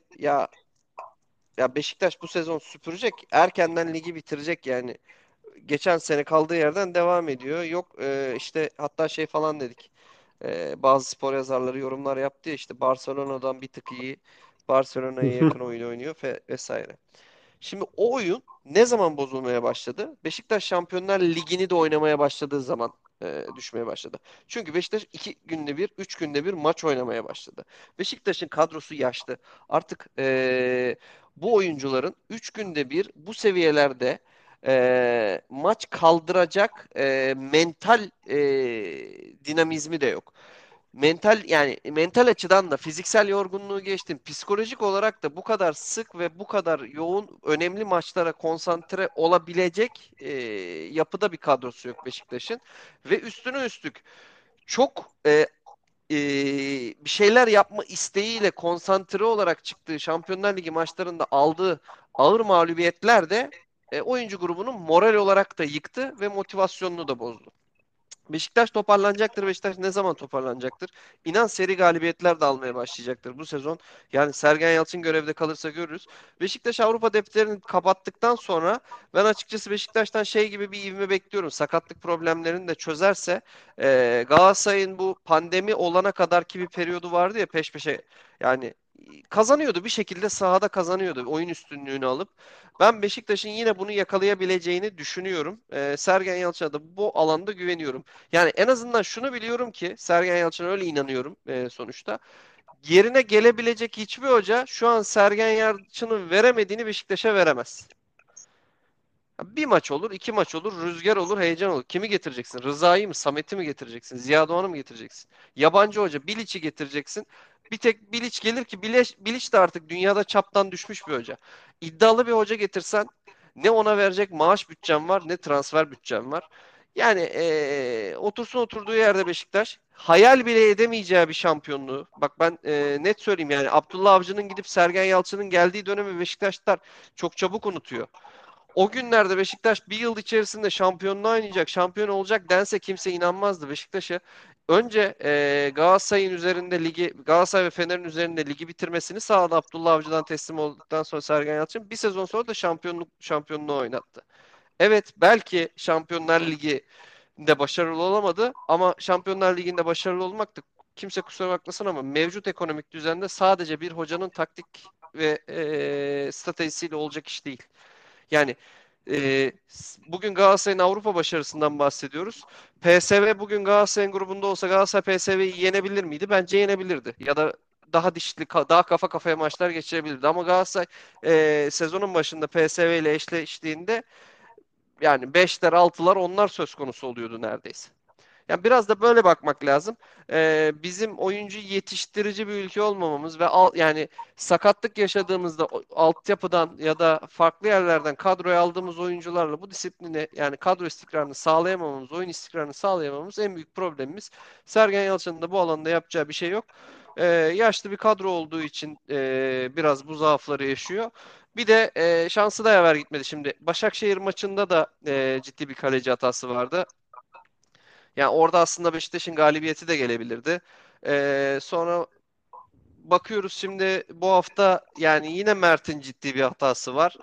ya Beşiktaş bu sezon süpürecek. Erkenden ligi bitirecek yani. Geçen sene kaldığı yerden devam ediyor. Yok işte hatta şey falan dedik. Bazı spor yazarları yorumlar yaptı ya işte Barcelona'dan bir tık iyi. Barcelona'ya yakın oyun oynuyor vesaire. Şimdi o oyun ne zaman bozulmaya başladı? Beşiktaş Şampiyonlar Ligi'ni de oynamaya başladığı zaman düşmeye başladı. Çünkü Beşiktaş 2 günde bir, 3 günde bir maç oynamaya başladı. Beşiktaş'ın kadrosu yaşlı. Artık bu oyuncuların 3 günde bir bu seviyelerde maç kaldıracak mental dinamizmi de yok. Mental açıdan da fiziksel yorgunluğu geçtim. Psikolojik olarak da bu kadar sık ve bu kadar yoğun önemli maçlara konsantre olabilecek yapıda bir kadrosu yok Beşiktaş'ın. Ve üstüne üstlük çok e, bir şeyler yapma isteğiyle konsantre olarak çıktığı Şampiyonlar Ligi maçlarında aldığı ağır mağlubiyetler de oyuncu grubunun moral olarak da yıktı ve motivasyonunu da bozdu. Beşiktaş toparlanacaktır. Beşiktaş ne zaman toparlanacaktır? İnan seri galibiyetler de almaya başlayacaktır bu sezon. Yani Sergen Yalçın görevde kalırsa görürüz. Beşiktaş Avrupa defterini kapattıktan sonra ben açıkçası Beşiktaş'tan şey gibi bir ivme bekliyorum. Sakatlık problemlerini de çözerse Galatasaray'ın bu pandemi olana kadarki bir periyodu vardı ya peş peşe yani kazanıyordu bir şekilde sahada kazanıyordu oyun üstünlüğünü alıp. Ben Beşiktaş'ın yine bunu yakalayabileceğini düşünüyorum. Sergen Yalçın'a da bu alanda güveniyorum. Yani en azından şunu biliyorum ki Sergen Yalçın'a öyle inanıyorum sonuçta. Yerine gelebilecek hiçbir hoca şu an Sergen Yalçın'ın veremediğini Beşiktaş'a veremez. Bir maç olur, 2 maç olur, rüzgar olur, heyecan olur. Kimi getireceksin? Rıza'yı mı, Samet'i mi getireceksin? Ziya Doğan'ı mı getireceksin? Yabancı hoca Bilic'i getireceksin. Bir tek Bilic gelir ki Bilic de artık dünyada çaptan düşmüş bir hoca. İddialı bir hoca getirsen ne ona verecek maaş bütçen var ne transfer bütçen var. Yani otursun oturduğu yerde Beşiktaş hayal bile edemeyeceği bir şampiyonluğu. Bak ben net söyleyeyim yani Abdullah Avcı'nın gidip Sergen Yalçın'ın geldiği dönemi Beşiktaşlar çok çabuk unutuyor. O günlerde Beşiktaş bir yıl içerisinde şampiyonluğa oynayacak, şampiyon olacak dense kimse inanmazdı Beşiktaş'a. Önce Galatasaray'ın üzerinde ligi, Galatasaray ve Fener'in üzerinde ligi bitirmesini sağladı Abdullah Avcı'dan teslim olduktan sonra Sergen Yalçın. Bir sezon sonra da şampiyonluğu oynattı. Evet belki Şampiyonlar Ligi'nde başarılı olamadı ama Şampiyonlar Ligi'nde başarılı olmak da kimse kusura bakmasın ama mevcut ekonomik düzende sadece bir hocanın taktik ve stratejisiyle olacak iş değil. Yani bugün Galatasaray'ın Avrupa başarısından bahsediyoruz. PSV bugün Galatasaray'ın grubunda olsa Galatasaray PSV'yi yenebilir miydi? Bence yenebilirdi. Ya da daha dişli, daha kafa kafaya maçlar geçirebilirdi. Ama Galatasaray sezonun başında PSV ile eşleştiğinde yani beşler, altılar onlar söz konusu oluyordu neredeyse. Yani biraz da böyle bakmak lazım. Bizim oyuncu yetiştirici bir ülke olmamamız ve yani sakatlık yaşadığımızda altyapıdan ya da farklı yerlerden kadroya aldığımız oyuncularla bu disiplini yani kadro istikrarını sağlayamamamız, oyun istikrarını sağlayamamamız en büyük problemimiz. Sergen Yalçın'ın da bu alanda yapacağı bir şey yok. Yaşlı bir kadro olduğu için biraz bu zaafları yaşıyor. Bir de şansı da yaver gitmedi şimdi. Başakşehir maçında da ciddi bir kaleci hatası vardı. Yani orada aslında Beşiktaş'ın galibiyeti de gelebilirdi. Sonra bakıyoruz şimdi bu hafta yani yine Mert'in ciddi bir hatası var.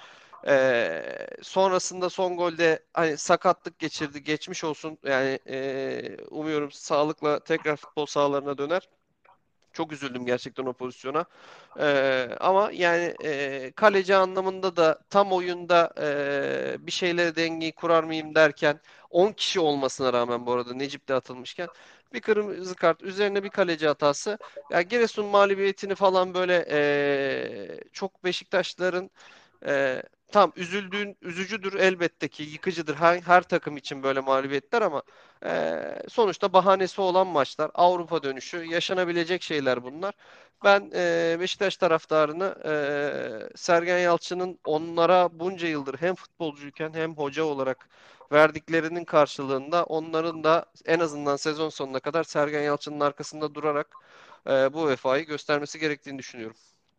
Sonrasında son golde hani sakatlık geçirdi. Geçmiş olsun. Yani umuyorum sağlıkla tekrar futbol sahalarına döner. Çok üzüldüm gerçekten o pozisyona. Ama yani kaleci anlamında da tam oyunda bir şeyleri dengeyi kurar mıyım derken 10 kişi olmasına rağmen bu arada Necip de atılmışken bir kırmızı kart üzerine bir kaleci hatası. Yani Giresun mağlubiyetini falan böyle çok Beşiktaşların ee, tam üzücüdür elbette ki yıkıcıdır her takım için böyle mağlubiyetler ama sonuçta bahanesi olan maçlar, Avrupa dönüşü yaşanabilecek şeyler bunlar. Ben Beşiktaş taraftarını Sergen Yalçın'ın onlara bunca yıldır hem futbolcuyken hem hoca olarak verdiklerinin karşılığında onların da en azından sezon sonuna kadar Sergen Yalçın'ın arkasında durarak bu vefayı göstermesi gerektiğini düşünüyorum.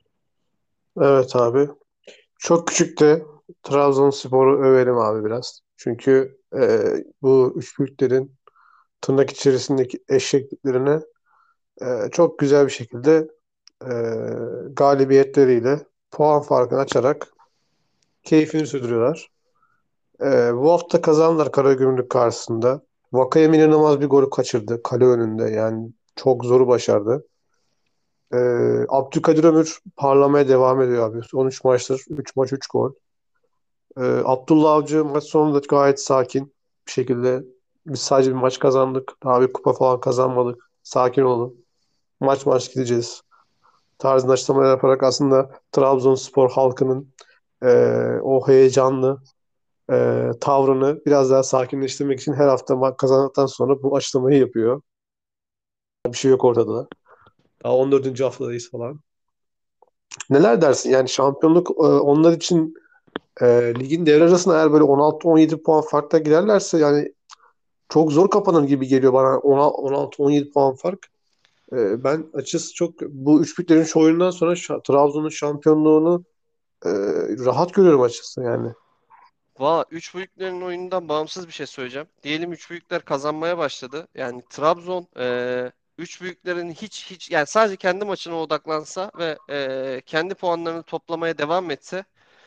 Evet abi. Çok küçük de Trabzonspor'u övelim abi biraz. Çünkü bu üç büyüklerin tırnak içerisindeki eşekliklerine çok güzel bir şekilde e, galibiyetleriyle puan farkını açarak keyfini sürdürüyorlar. Bu hafta kazandılar Karagümrük karşısında. Vakayeme inanılmaz bir gol kaçırdı kale önünde. Yani çok zoru başardı. Abdülkadir Ömür parlamaya devam ediyor abi. 13 maçtır 3 maç 3 gol. Abdullah Avcı maç sonunda gayet sakin bir şekilde biz sadece bir maç kazandık. Daha bir kupa falan kazanmadık. Sakin olun. Maç maç gideceğiz. Tarzında açıklamalar yaparak aslında Trabzonspor halkının o heyecanlı tavrını biraz daha sakinleştirmek için her hafta kazandıktan sonra bu açıklamayı yapıyor. Bir şey yok ortada. Daha 14. haftadayız falan. Neler dersin? Yani şampiyonluk onlar için ligin devre arasında eğer böyle 16-17 puan farkla girerlerse yani çok zor kapanır gibi geliyor bana 16-17 puan fark. Ben açıkçası çok bu üç büyüklerin şu oyundan sonra Trabzon'un şampiyonluğunu e, rahat görüyorum açıkçası yani. Valla üç büyüklerin oyunundan bağımsız bir şey söyleyeceğim. Diyelim üç büyükler kazanmaya başladı. Yani Trabzon üç büyüklerin hiç yani sadece kendi maçına odaklansa ve kendi puanlarını toplamaya devam etse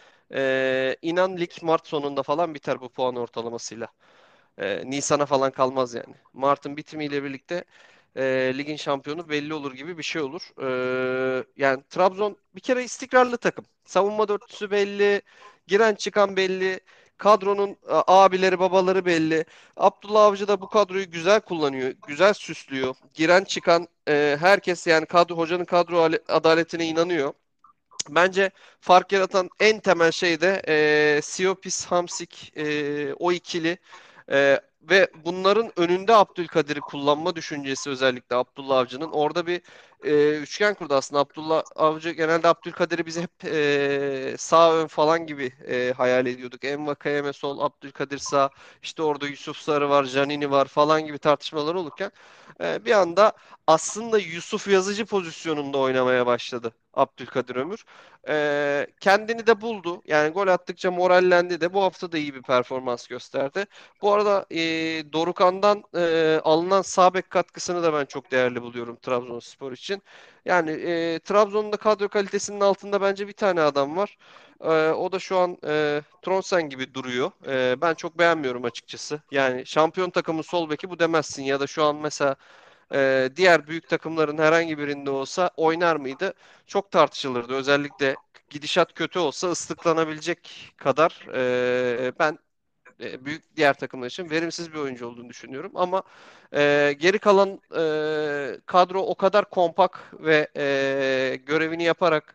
inan lig Mart sonunda falan biter bu puan ortalamasıyla. Nisan'a falan kalmaz yani. Mart'ın bitimiyle birlikte ligin şampiyonu belli olur gibi bir şey olur. Yani Trabzon bir kere istikrarlı takım. Savunma dörtlüsü belli, giren çıkan belli, kadronun abileri babaları belli. Abdullah Avcı da bu kadroyu güzel kullanıyor, güzel süslüyor. Giren çıkan herkes yani hocanın kadro adaletine inanıyor. Bence fark yaratan en temel şey de Siopis Hamsik o ikili ve bunların önünde Abdülkadir'i kullanma düşüncesi özellikle Abdullah Avcı'nın. Orada bir üçgen kurdu aslında. Abdullah Avcı genelde Abdülkadir'i biz hep sağ ön falan gibi hayal ediyorduk. Envakayeme sol, Abdülkadir sağ, işte orada Yusuf Sarı var, Janini var falan gibi tartışmalar olurken bir anda aslında Yusuf Yazıcı pozisyonunda oynamaya başladı Abdülkadir Ömür. Kendini de buldu. Yani gol attıkça morallendi de. Bu hafta da iyi bir performans gösterdi. Bu arada Dorukhan'dan alınan sağ bek katkısını da ben çok değerli buluyorum Trabzonspor için. Yani Trabzon'un da kadro kalitesinin altında bence bir tane adam var. O da şu an Trondsen gibi duruyor. Ben çok beğenmiyorum açıkçası. Yani şampiyon takımın sol beki bu demezsin ya da şu an mesela diğer büyük takımların herhangi birinde olsa oynar mıydı? Çok tartışılırdı. Özellikle gidişat kötü olsa ıslıklanabilecek kadar ben büyük diğer takımlar için verimsiz bir oyuncu olduğunu düşünüyorum. Ama geri kalan kadro o kadar kompak ve görevini yaparak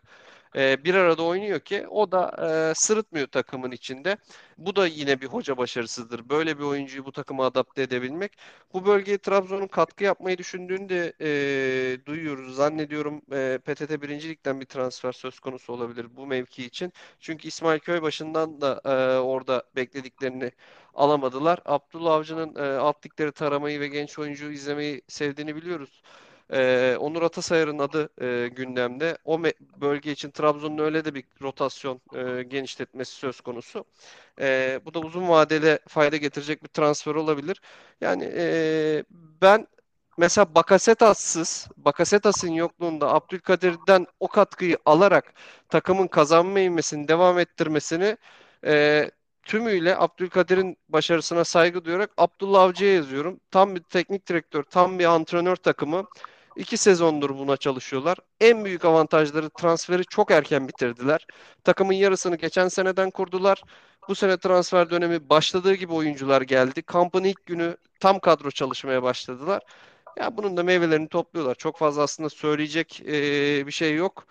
bir arada oynuyor ki o da sırıtmıyor takımın içinde. Bu da yine bir hoca başarısıdır. Böyle bir oyuncuyu bu takıma adapte edebilmek. Bu bölgeye Trabzon'un katkı yapmayı düşündüğünü de duyuyoruz. Zannediyorum PTT 1. Lig'den bir transfer söz konusu olabilir bu mevki için. Çünkü İsmail Köybaşı'ndan da orada beklediklerini alamadılar. Abdullah Avcı'nın alt ligleri taramayı ve genç oyuncu izlemeyi sevdiğini biliyoruz. Onur Atasayar'ın adı gündemde. Bölge için Trabzon'un öyle de bir rotasyon genişletmesi söz konusu. Bu da uzun vadede fayda getirecek bir transfer olabilir. Yani ben mesela Bakasetas'ın yokluğunda Abdülkadir'den o katkıyı alarak takımın kazanma ivmesini devam ettirmesini e, tümüyle Abdülkadir'in başarısına saygı duyarak Abdullah Avcı'ya yazıyorum. Tam bir teknik direktör, tam bir antrenör takımı. 2 sezondur buna çalışıyorlar. En büyük avantajları transferi çok erken bitirdiler. Takımın yarısını geçen seneden kurdular. Bu sene transfer dönemi başladığı gibi oyuncular geldi. Kampın ilk günü tam kadro çalışmaya başladılar. Ya bunun da meyvelerini topluyorlar. Çok fazla aslında söyleyecek bir şey yok.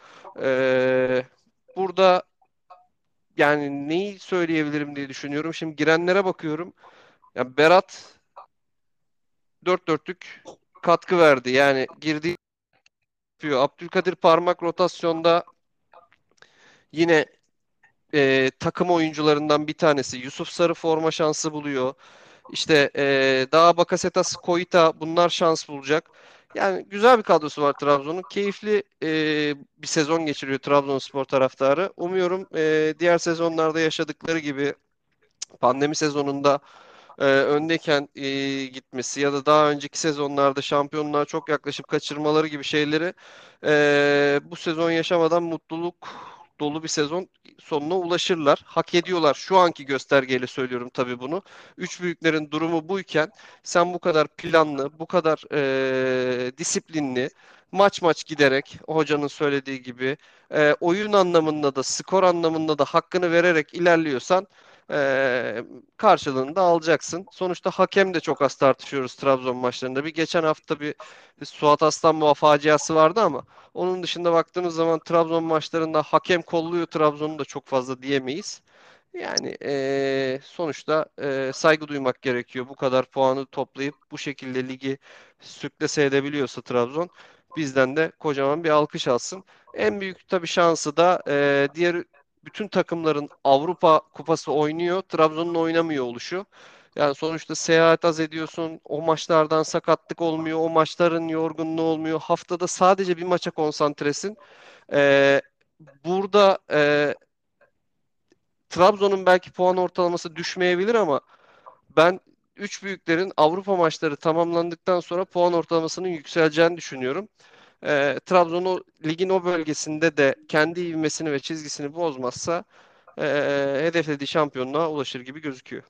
Burada yani neyi söyleyebilirim diye düşünüyorum. Şimdi girenlere bakıyorum. Ya Berat dört dörtlük katkı verdi. Yani girdiği yapıyor. Abdülkadir Parmak rotasyonda yine takım oyuncularından bir tanesi. Yusuf Sarı forma şansı buluyor. İşte daha Bakasetas, Koita bunlar şans bulacak. Yani güzel bir kadrosu var Trabzon'un. Keyifli bir sezon geçiriyor Trabzonspor taraftarı. Umuyorum diğer sezonlarda yaşadıkları gibi pandemi sezonunda öndeyken gitmesi ya da daha önceki sezonlarda şampiyonluğa çok yaklaşıp kaçırmaları gibi şeyleri bu sezon yaşamadan mutluluk dolu bir sezon sonuna ulaşırlar. Hak ediyorlar. Şu anki göstergeyle söylüyorum tabii bunu. Üç büyüklerin durumu buyken sen bu kadar planlı, bu kadar disiplinli, maç maç giderek hocanın söylediği gibi oyun anlamında da skor anlamında da hakkını vererek ilerliyorsan ee, karşılığını da alacaksın. Sonuçta hakem de çok az tartışıyoruz Trabzon maçlarında. Bir geçen hafta bir Suat Aslanboğa faciası vardı ama onun dışında baktığımız zaman Trabzon maçlarında hakem kolluyor Trabzon'u da çok fazla diyemeyiz. Yani sonuçta saygı duymak gerekiyor. Bu kadar puanı toplayıp bu şekilde ligi sürklese edebiliyorsa Trabzon bizden de kocaman bir alkış alsın. En büyük tabii şansı da diğer bütün takımların Avrupa Kupası oynuyor. Trabzon'un oynamıyor oluşu. Yani sonuçta seyahat az ediyorsun. O maçlardan sakatlık olmuyor. O maçların yorgunluğu olmuyor. Haftada sadece bir maça konsantresin. Ee, burada Trabzon'un belki puan ortalaması düşmeyebilir ama ben üç büyüklerin Avrupa maçları tamamlandıktan sonra puan ortalamasının yükseleceğini düşünüyorum. Trabzon ligin o bölgesinde de kendi ivmesini ve çizgisini bozmazsa hedeflediği şampiyonluğa ulaşır gibi gözüküyor.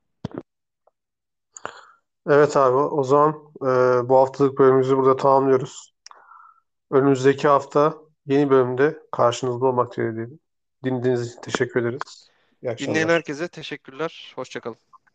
Evet abi, o zaman bu haftalık bölümümüzü burada tamamlıyoruz. Önümüzdeki hafta yeni bölümde karşınızda olmak dileğiyle. Dinlediğiniz için teşekkür ederiz. İyi Dinleyen akşamlar. herkese teşekkürler. Hoşça kalın.